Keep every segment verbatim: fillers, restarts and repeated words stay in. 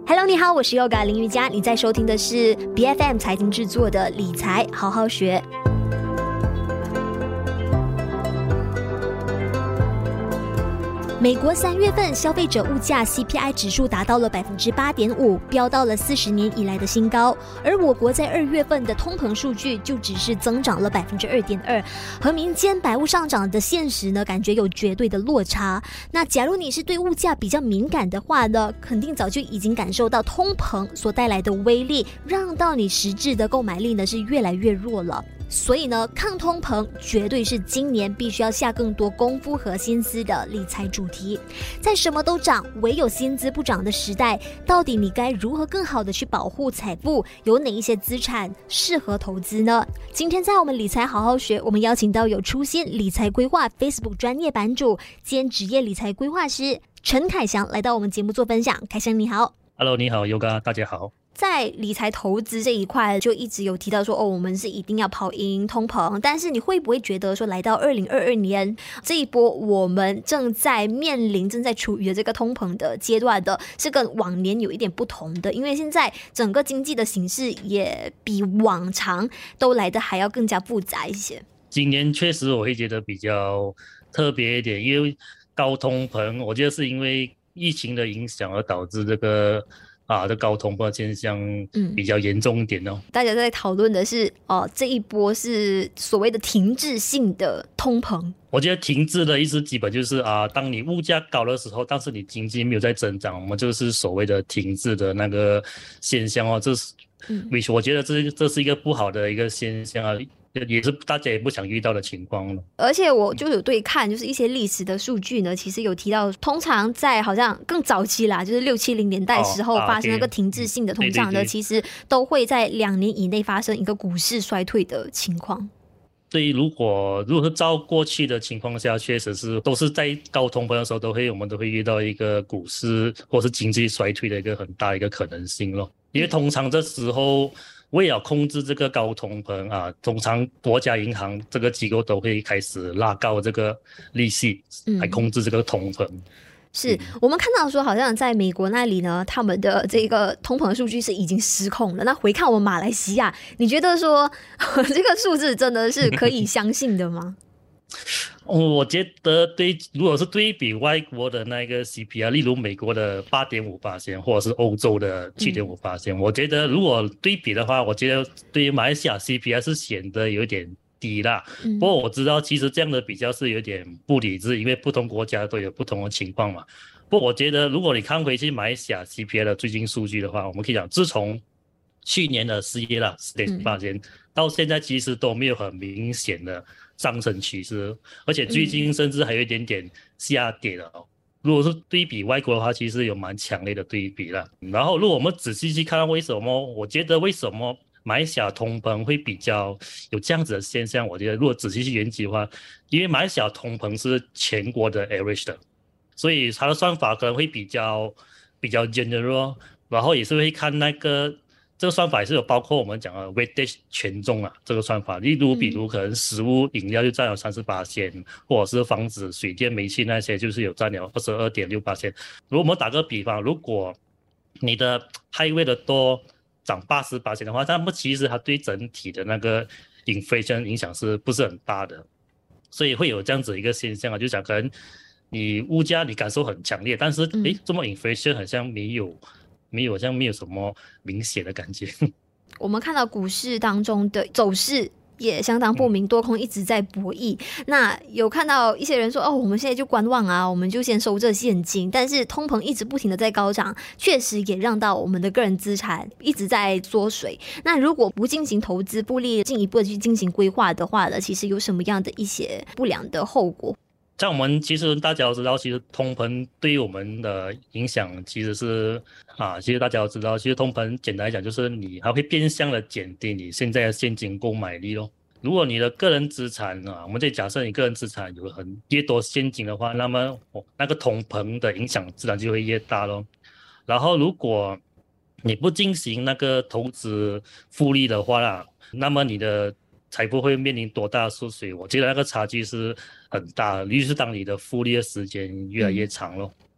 Hello， 你好，我是 Yoga 林瑜伽，你在收听的是 B F M 财经制作的理财好好学。美国三月份消费者物价 C P I 指数达到了 百分之八点五， 飙到了四十年以来的新高，而我国在二月份的通膨数据就只是增长了 百分之二点二， 和民间百物上涨的现实呢，感觉有绝对的落差。那假如你是对物价比较敏感的话呢，肯定早就已经感受到通膨所带来的威力，让到你实质的购买力呢是越来越弱了。所以呢，抗通膨绝对是今年必须要下更多功夫和心思的理财主题。在什么都涨，唯有薪资不涨的时代，到底你该如何更好的去保护财富？有哪一些资产适合投资呢？今天在我们理财好好学，我们邀请到有出现理财规划 Facebook 专业版主兼职业理财规划师陈凯翔来到我们节目做分享。凯翔你好。 Hello， 你好 Yoga， 大家好。 在理财投资这一块就一直有提到说，哦，我们是一定要跑赢通膨，但是你会不会觉得说，来到二零二二年这一波我们正在面临正在处于的这个通膨的阶段的，是跟往年有一点不同的？因为现在整个经济的形势也比往常都来得还要更加复杂一些。 今年确实我会觉得比较特别一点，因为高通膨，我觉得是因为疫情的影响而导致这个啊，这高通膨现象比较严重一点哦。 嗯、大家在讨论的是，哦，这一波是所谓的停滞性的通膨。 我觉得停滞的意思基本就是啊，当你物价高的时候，但是你经济没有在增长，我们就是所谓的停滞的那个现象哦。这是，嗯，我觉得这这是一个不好的一个现象啊。也是大家也不想遇到的情况了。 而且我就有对看，就是一些历史的数据呢，其实有提到，通常在好像更早期啦，就是六七零年代时候发生那个停滞性的通胀呢，其实都会在两年以内发生一个股市衰退的情况。 对，如果如果是照过去的情况下，确实是都是在高通膨的时候，都会我们都会遇到一个股市或是经济衰退的一个很大一个可能性咯。因为通常这时候为了控制这个高通膨啊，通常国家银行这个机构都会开始拉高这个利息，来控制这个通膨。嗯， 是我们看到说，好像在美国那里呢，他们的这个通膨数据是已经失控了。那回看我们马来西亚，你觉得说这个数字真的是可以相信的吗？ 我觉得对，如果是对比外国的那个 C P I， 例如美国的 八点五%， 或者是欧洲的 七点五%，嗯，我觉得如果对比的话，我觉得对于马来西亚 C P I 是显得有点低啦。嗯，不过我知道其实这样的比较是有点不理智，因为不同国家都有不同的情况嘛。不过我觉得如果你看回去马来西亚 C P I 的最近数据的话，我们可以讲自从去年的失业啦 百分之四点八， 到现在其实都没有很明显的上升趋势，而且最近甚至还有一点点下跌了，哦。如果是对比外国的话，其实有蛮强烈的对比了。然后如果我们仔细去看为什么，我觉得为什么马来西亚通膨会比较有这样子的现象，我觉得如果仔细去研究的话，因为马来西亚通膨是全国的 average 的，所以它的算法可能会比较比较 general， 然后也是会看那个这个算法也是有包括我们讲的 weightage 权重啊，这个算法，例如比如可能食物饮料就占有 百分之三十八， 或者是房子水电煤气那些就是有占有 二十二点六%。 如果我们打个比方，如果你的 highway 的多涨 百分之八十 的话，那么其实它对整体的那个 inflation 影响是不是很大的，所以会有这样子一个现象啊，就讲可能你物价你感受很强烈，但是诶，这么 inflation 好像没有没有，好像没有什么明显的感觉。 我们看到股市当中的走势也相当不明，多空一直在博弈。那有看到一些人说，哦，我们现在就观望啊，我们就先收着现金。但是通膨一直不停的在高涨，确实也让到我们的个人资产一直在缩水。那如果不进行投资，不利进一步的去进行规划的话呢，其实有什么样的一些不良的后果？ 像我们其实大家都知道，其实通膨对于我们的影响其实是啊，其实大家都知道，其实通膨简单来讲就是你还会变相的减低你现在的现金购买力咯。如果你的个人资产啊，我们就假设你个人资产有很越多现金的话，那么、哦、那个通膨的影响自然就会越大咯。然后如果你不进行那个投资复利的话啦，那么你的财富会面临多大的缩水？我觉得那个差距是很大的，尤其是当你的复利的时间越来越长咯。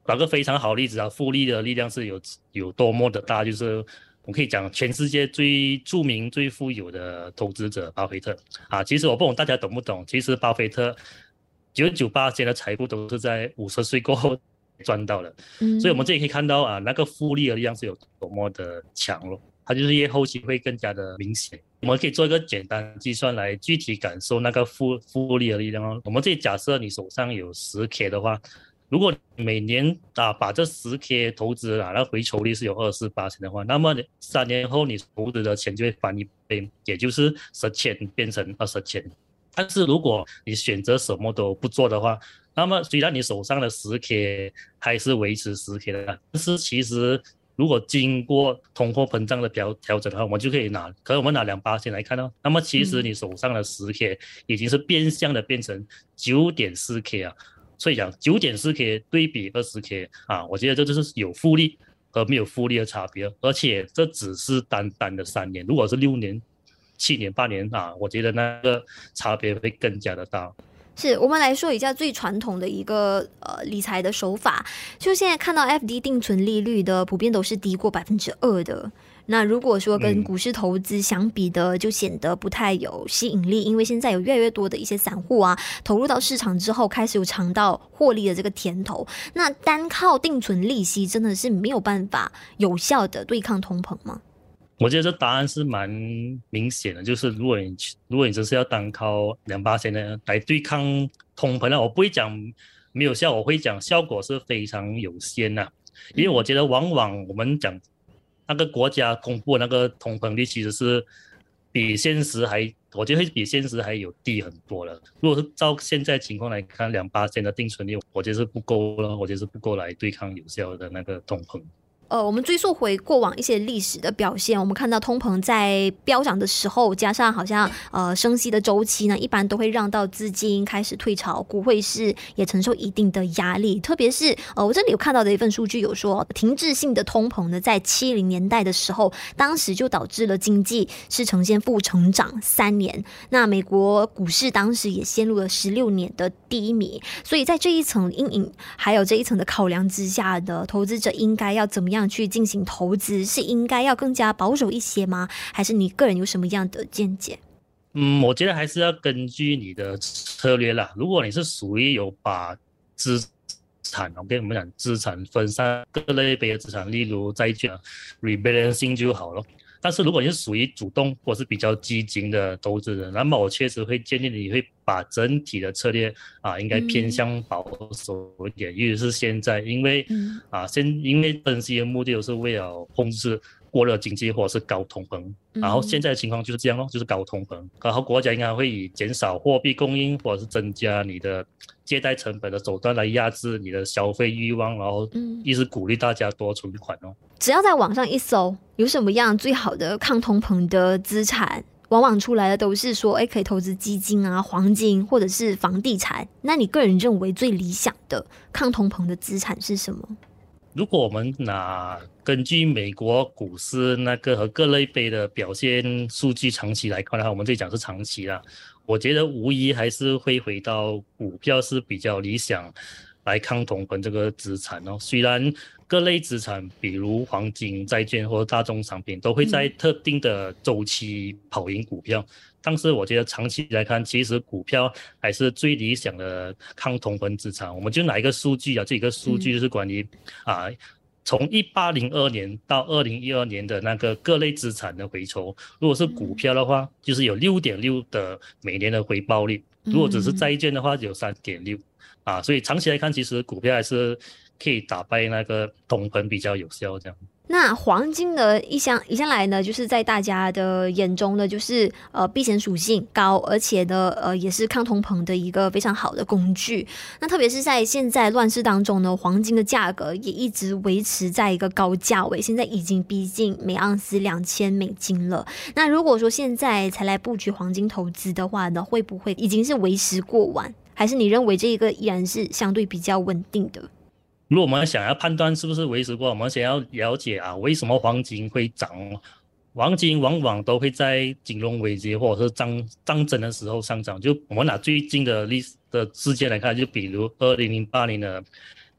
打个非常好例子啊，复利的力量是有有多么的大，就是我可以讲全世界最著名、最富有的投资者巴菲特啊。其实我不懂大家懂不懂，其实巴菲特九十九%的财富都是在五十岁过后赚到的，嗯、所以我们这里可以看到啊，那个复利的力量是有多么的强咯。它就是越后期会更加的明显。我们可以做一个简单计算来具体感受那个复复利的力量哦。我们这里假设你手上有 十 K 的话，如果每年啊把这 十 K 投资啊，那回酬率是有 百分之二十四 的话，那么三年后你投资的钱就会翻一倍，也就是十千变成二十千。但是如果你选择什么都不做的话，那么虽然你手上的 十 K 还是维持 十 K 的，但是其实如果经过通货膨胀的调调整的话，我们就可以拿，可能我们拿 百分之二 来看到，那么其实你手上的 十 K 已经是变相的变成 九点四 K 啊。所以讲 九点四 K 对比 二十 K 啊，我觉得这就是有复利和没有复利的差别，而且这只是单单的三年，如果是六年、七年、八年啊，我觉得那个差别会更加的大。 是我们来说一下最传统的一个呃理财的手法，就现在看到 F D 定存利率的普遍都是低过百分之二的。那如果说跟股市投资相比的，就显得不太有吸引力，因为现在有越来越多的一些散户啊，投入到市场之后，开始有尝到获利的这个甜头。那单靠定存利息真的是没有办法有效的对抗通膨吗？ 我觉得这答案是蛮明显的，就是如果你如果你只是要单靠 百分之二 呢来对抗通膨呢，我不会讲没有效，我会讲效果是非常有限的、啊。因为我觉得往往我们讲那个国家公布的那个通膨率其实是比现实还，我觉得会比现实还有低很多了。如果是照现在情况来看 百分之二 的定存率，我觉得是不够了，我觉得是不够来对抗有效的那个通膨。 呃，我们追溯回过往一些历史的表现，我们看到通膨在飙涨的时候，加上好像呃升息的周期呢，一般都会让到资金开始退潮，股汇市也承受一定的压力。特别是呃，我这里有看到的一份数据有说，停滞性的通膨呢，在七零年代的时候，当时就导致了经济是呈现负成长三年。那美国股市当时也陷入了十六年的低迷。所以在这一层阴影，还有这一层的考量之下的投资者应该要怎么样去进行投资？是应该要更加保守一些吗？还是你个人有什么样的见解？ 嗯，我觉得还是要根据你的策略啦。如果你是属于有把资产，我跟你们讲，资产分散各类别的资产，例如债券 rebalancing 就好了。但是如果你是属于主动或是比较激进的投资人，那么我确实会建议你会把整体的策略啊，应该偏向保守一点，尤其是现在，因为、嗯、啊，现因为分析的目的都是为了控制过热经济或者是高通膨，然后现在的情况就是这样咯，就是高通膨，然后国家应该会以减少货币供应或者是增加你的借贷成本的手段来压制你的消费欲望，然后一直鼓励大家多存款哦。 只要在网上一搜，有什么样最好的抗通膨的资产，往往出来的都是说，哎，可以投资基金啊、黄金或者是房地产。那你个人认为最理想的抗通膨的资产是什么？ 如果我们拿根据美国股市那个和各类别的表现数据长期来看的话，我们这里讲是长期啦，我觉得无疑还是会回到股票是比较理想来抗通膨这个资产哦。虽然各类资产比如黄金、债券或大宗商品都会在特定的周期跑赢股票，但是我觉得长期来看，其实股票还是最理想的抗通膨资产。我们就拿一个数据啊，这个数据就是关于、嗯、啊，从一八零二年到二零一二年的那个各类资产的回酬，如果是股票的话，就是有 六点六 的每年的回报率；如果只是债券的话，有 三点六 啊。所以长期来看，其实股票还是可以打败那个通膨比较有效这样。 那黄金的一向一向来呢，就是在大家的眼中呢，就是呃避险属性高，而且呢呃也是抗通膨的一个非常好的工具。那特别是在现在乱世当中呢，黄金的价格也一直维持在一个高价位，现在已经逼近每盎司两千美金了。那如果说现在才来布局黄金投资的话呢，会不会已经是为时过晚？还是你认为这个依然是相对比较稳定的？ 如果我们想要判断是不是为时过晚，我们想要了解啊，为什么黄金会涨？黄金往往都会在金融危机或者是战战争的时候上涨。就我们拿最近的历史的事件来看，就比如二零零八年的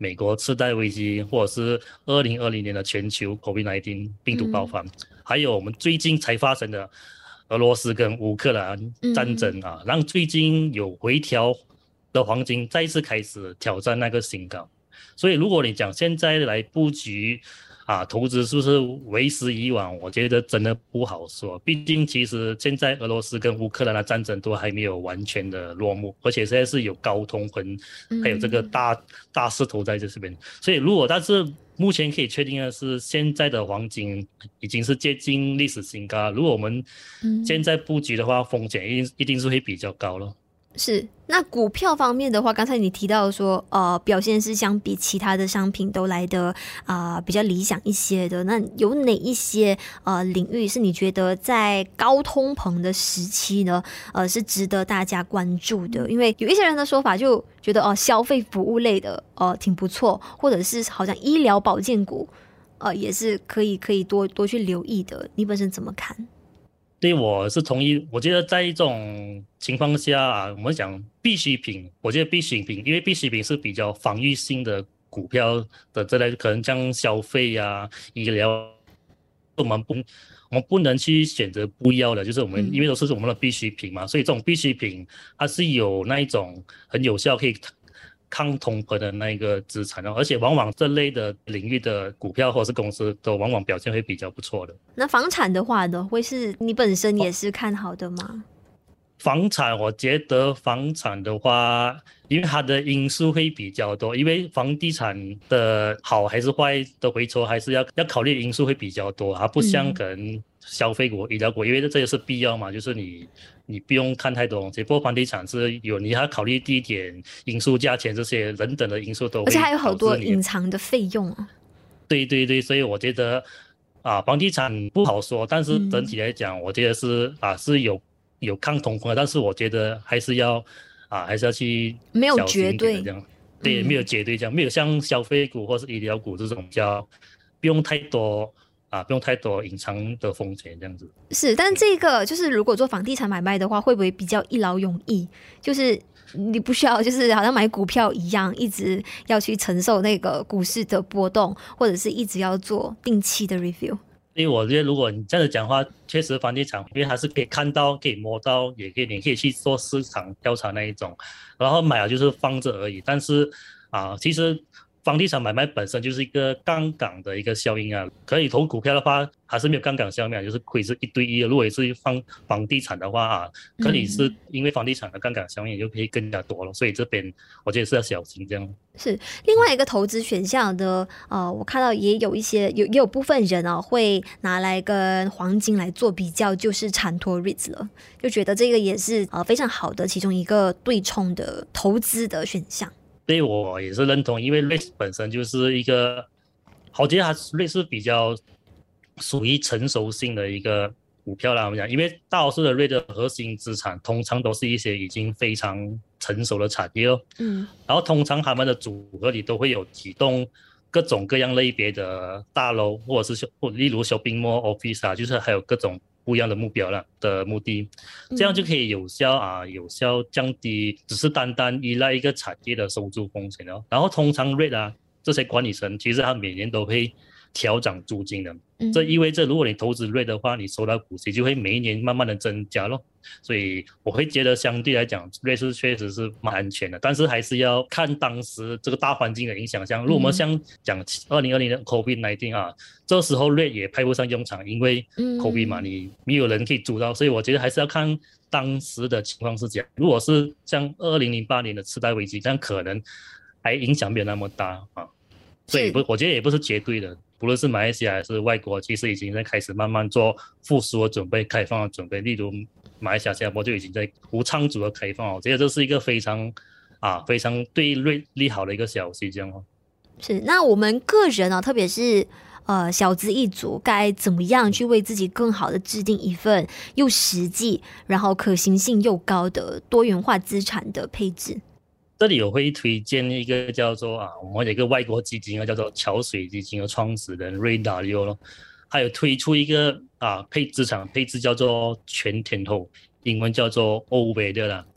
美国次贷危机，或者是二零二零年的全球 COVID 十九 病毒爆发，嗯、还有我们最近才发生的俄罗斯跟乌克兰战争啊，嗯、让最近有回调的黄金再次开始挑战那个新高。所以如果你讲现在来布局啊，投资是不是为时已晚？我觉得真的不好说。毕竟其实现在俄罗斯跟乌克兰的战争都还没有完全的落幕，而且现在是有高通膨，还有这个大、嗯、大势头在这边。所以如果但是目前可以确定的是，现在的黄金已经是接近历史新高。如果我们现在布局的话，风险一定一定是会比较高了。 是，那股票方面的话，刚才你提到说，呃，表现是相比其他的商品都来得啊、呃、比较理想一些的。那有哪一些呃领域是你觉得在高通膨的时期呢，呃，是值得大家关注的？因为有一些人的说法就觉得哦、呃，消费服务类的哦、呃、挺不错，或者是好像医疗保健股，呃，也是可以可以多多去留意的。你本身怎么看？ 对，我是同意。我觉得在这种情况下啊，我们讲必需品，我觉得必需品，因为必需品是比较防御性的股票的这类，可能像消费啊、医疗，我们不我们不能去选择不要的，就是我们、嗯、因为都是我们的必需品嘛，所以这种必需品它是有那一种很有效可以抗通膨的那个资产，而且往往这类的领域的股票或者是公司都往往表现会比较不错的。 那房产的话呢，会是你本身也是看好的吗？ 房产，我觉得房产的话，因为它的因素会比较多，因为房地产的好还是坏的回抽还是要要考虑的因素会比较多，它不像可能消费股、医疗股，因为这也是必要嘛，就是你你不用看太多东西。不过房地产是有你要考虑地点、因素、价钱这些等等的因素都会， 而且还有好多隐藏的费用啊。 对对对，所以我觉得啊，房地产不好说，但是整体来讲，嗯、我觉得是啊是有有抗通膨的，但是我觉得还是要啊还是要去没有绝对这样，对，嗯、没有绝对这样，没有像消费股或是医疗股这种叫不用太多。啊，不用太多隐藏的风险这样子。 是，但这个就是如果做房地产买卖的话，会不会比较一劳永逸？就是你不需要，就是好像买股票一样，一直要去承受那个股市的波动，或者是一直要做定期的 review。 因为我觉得，如果你这样子讲话，确实房地产，因为它是可以看到、可以摸到，也可以你可以去做市场调查那一种，然后买了就是放着而已。但是啊，其实房地产买卖本身就是一个杠杆的一个效应啊，可以投股票的话还是没有杠杆效应啊，就是亏是一对一的。如果是放房地产的话啊，可你是因为房地产的杠杆效应就可以更加多了，所以这边我觉得是要小心这样。 是另外一个投资选项的，呃，我看到也有一些有也有部分人啊会拿来跟黄金来做比较，就是产托 R E I T 了，就觉得这个也是呃非常好的其中一个对冲的投资的选项。 对，我也是认同，因为 R E I T 本身就是一个，我觉得它 R E I T 是比较属于成熟性的一个股票啦。我们讲，因为大多数的 R E I T 的核心资产通常都是一些已经非常成熟的产业哦。嗯。然后通常他们的组合里都会有启动各种各样类别的大楼，或者是例如 shopping mall、office 啊，就是还有各种不一样的目标了的目的，这样就可以有效啊，有效降低只是单单依赖一个产业的收租风险哦。然后通常 R E I T 啊，这些管理层其实他每年都会调涨租金的，这意味着如果你投资 R E I T 的话，你收到股息就会每一年慢慢的增加咯。所以我会觉得相对来讲 R E I T 确实是蛮安全的，但是还是要看当时这个大环境的影响。像如果我们像讲二零二零的 COVID 十九 啊，这时候 R E I T 也派不上用场，因为 COVID 嘛，你没有人可以租到，所以我觉得还是要看当时的情况是这样。如果是像二零零八年的次贷危机，这样可能还影响没有那么大啊。所以不，我觉得也不是绝对的。不论是马来西亚还是外国，其实已经在开始慢慢做复苏的准备、开放的准备。例如马来西亚、新加坡就已经在无仓组的开放，我觉得这是一个非常啊非常对R E I T利好的一个消息，这样哦。 是，那我们个人啊，特别是呃小资一族，该怎么样去为自己更好的制定一份又实际，然后可行性又高的多元化资产的配置？ 这里我会推荐一个叫做啊，我们有一个外国基金叫做桥水基金的创始人 Ray Dalio 咯，还有推出一个啊配资产配置叫做全天候，英文叫做 All Weather 啦。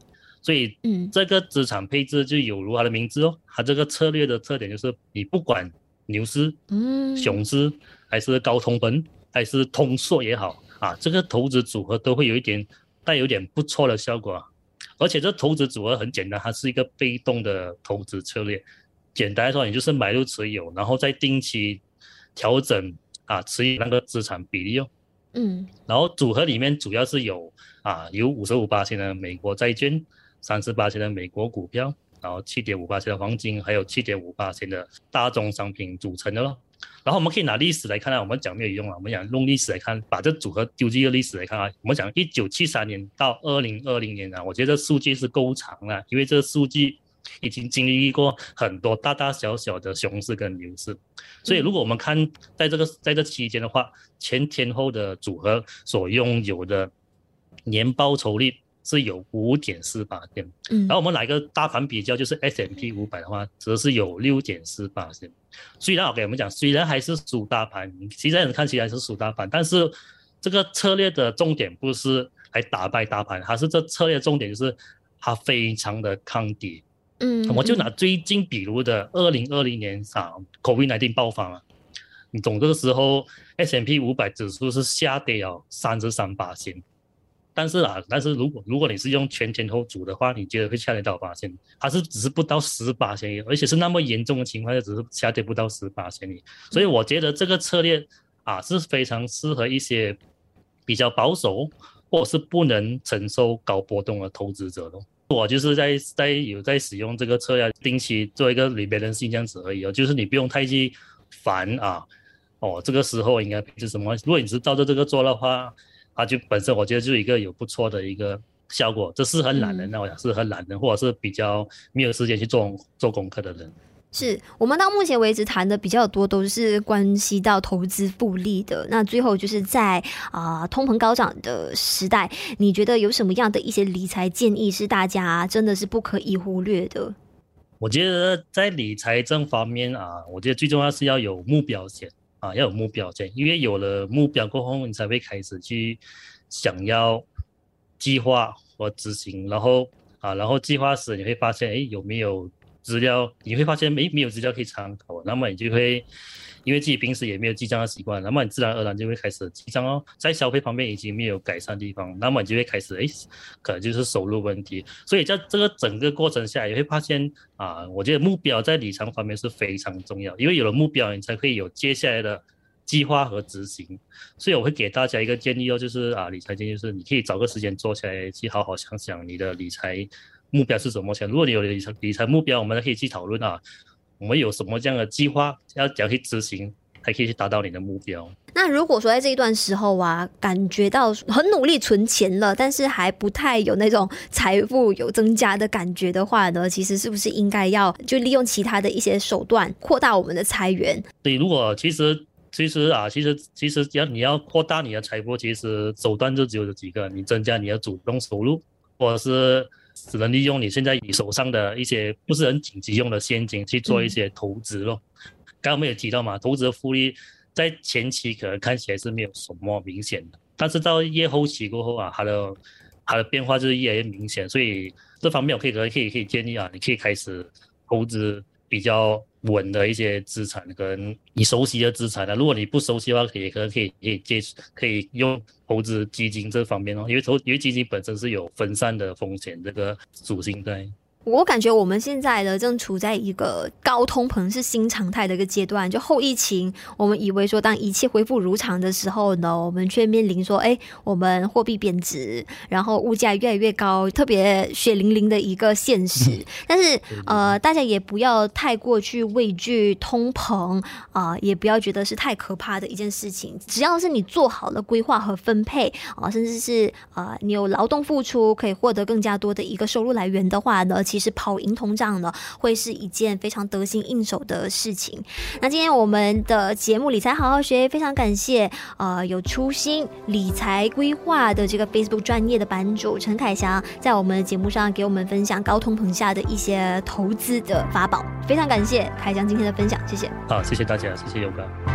所以这个资产配置就有如它的名字哦，它这个策略的特点就是你不管牛市、熊市还是高通膨还是通缩也好啊，这个投资组合都会有一点带有点不错的效果啊。而且这投资组合很简单，它是一个被动的投资策略。简单来说，你就是买入持有，然后再定期调整啊持有那个资产比例哦。嗯，然后组合里面主要是有啊有 百分之五十五 的美国债券， 百分之三十 的美国股票，然后 百分之七点五 的黄金，还有 百分之七点五 的大宗商品组成的咯。然后我们可以拿历史来看啊，我们讲没有用啊，我们讲用历史来看，把这组合丢进一个历史来看啊。我们讲一九七三年到二零二零年啊，我觉得数据是够长了，因为这个数据已经经历过很多大大小小的熊市跟牛市，所以如果我们看在这个在这期间的话，前天后的组合所拥有的年报酬率是有 百分之五点四八， 然后我们来个大盘比较，就是 S and P 五百 的话则是有 百分之六点四八。 虽然 OK 我们讲虽然还是输大盘，其实看起来是输大盘，但是这个策略的重点不是来打败大盘，它是这策略重点就是它非常的抗跌。嗯，我就拿最近比如的二零二零年啊 COVID 十九 爆发嘛，你懂这个时候 S and P 五百 指数是下跌了 百分之三十三， 但是啊，但是如果如果你是用全天候组的话，你觉得会下跌到 百分之八， 它是只是不到 百分之十， 而且是那么严重的情况下只是下跌不到 百分之十， 所以我觉得这个策略啊是非常适合一些比较保守或者是不能承受高波动的投资者咯。我就是在在有在使用这个策略，定期做一个rebalancing这样子而已哦，就是你不用太去烦啊，哦，这个时候应该配置什么？如果你是照着这个做的话，它就本身我觉得就是一个有不错的一个效果。这是很懒人，那我想是很懒人，或者是比较没有时间去做做功课的人。 是我们到目前为止谈的比较多都是关系到投资复利的，那最后就是在啊、呃、通膨高涨的时代，你觉得有什么样的一些理财建议是大家真的是不可以忽略的？ 我觉得在理财这方面啊，我觉得最重要是要有目标先啊，要有目标先，因为有了目标过后，你才会开始去想要计划和执行，然后啊，然后计划时你会发现，哎，有没有资料，你会发现没没有资料可以参考，那么你就会因为自己平时也没有记账的习惯，那么你自然而然就会开始记账哦。在消费方面已经没有改善的地方，那么你就会开始哎，可能就是收入问题。所以在这个整个过程下，也会发现啊，我觉得目标在理财方面是非常重要，因为有了目标，你才可以有接下来的计划和执行。所以我会给大家一个建议哦，就是啊，理财建议就是你可以找个时间坐下来，去好好想想你的理财目标是什么。如果你有理财理财目标，我们可以去讨论啊，我们有什么这样的计划，要怎样去执行，才可以去达到你的目标。 那如果说在这一段时候啊，感觉到很努力存钱了，但是还不太有那种财富有增加的感觉的话呢，其实是不是应该要就利用其他的一些手段扩大我们的财源？ 对，如果其实其实啊，其实其实要你要扩大你的财富，其实手段就只有这几个，你增加你的主动收入，或者是只能利用你现在你手上的一些不是很紧急用的现金去做一些投资咯。刚刚我们也提到嘛，投资的复利在前期可能看起来是没有什么明显的，但是到越后期过后啊，它的它的变化就是越来越明显。所以这方面我可以可以可以建议啊，你可以开始投资比较稳的一些资产跟你熟悉的资产啊。如果你不熟悉的话，可以可以可以可以接可以用投资基金这方面哦，因为投因为基金本身是有分散的风险这个属性在。 我感觉我们现在呢正处在一个高通膨是新常态的一个阶段，就后疫情我们以为说当一切恢复如常的时候呢，我们却面临说哎，我们货币贬值，然后物价越来越高，特别血淋淋的一个现实。但是呃，大家也不要太过去畏惧通膨啊、呃，也不要觉得是太可怕的一件事情。只要是你做好了规划和分配啊、呃，甚至是呃你有劳动付出可以获得更加多的一个收入来源的话呢，其实跑赢通胀呢，会是一件非常得心应手的事情。那今天我们的节目理财好好学，非常感谢呃有初心理财规划的这个 Facebook 专业的版主陈凯翔，在我们的节目上给我们分享高通膨下的一些投资的法宝，非常感谢凯翔今天的分享，谢谢。 好，谢谢大家，谢谢优哥。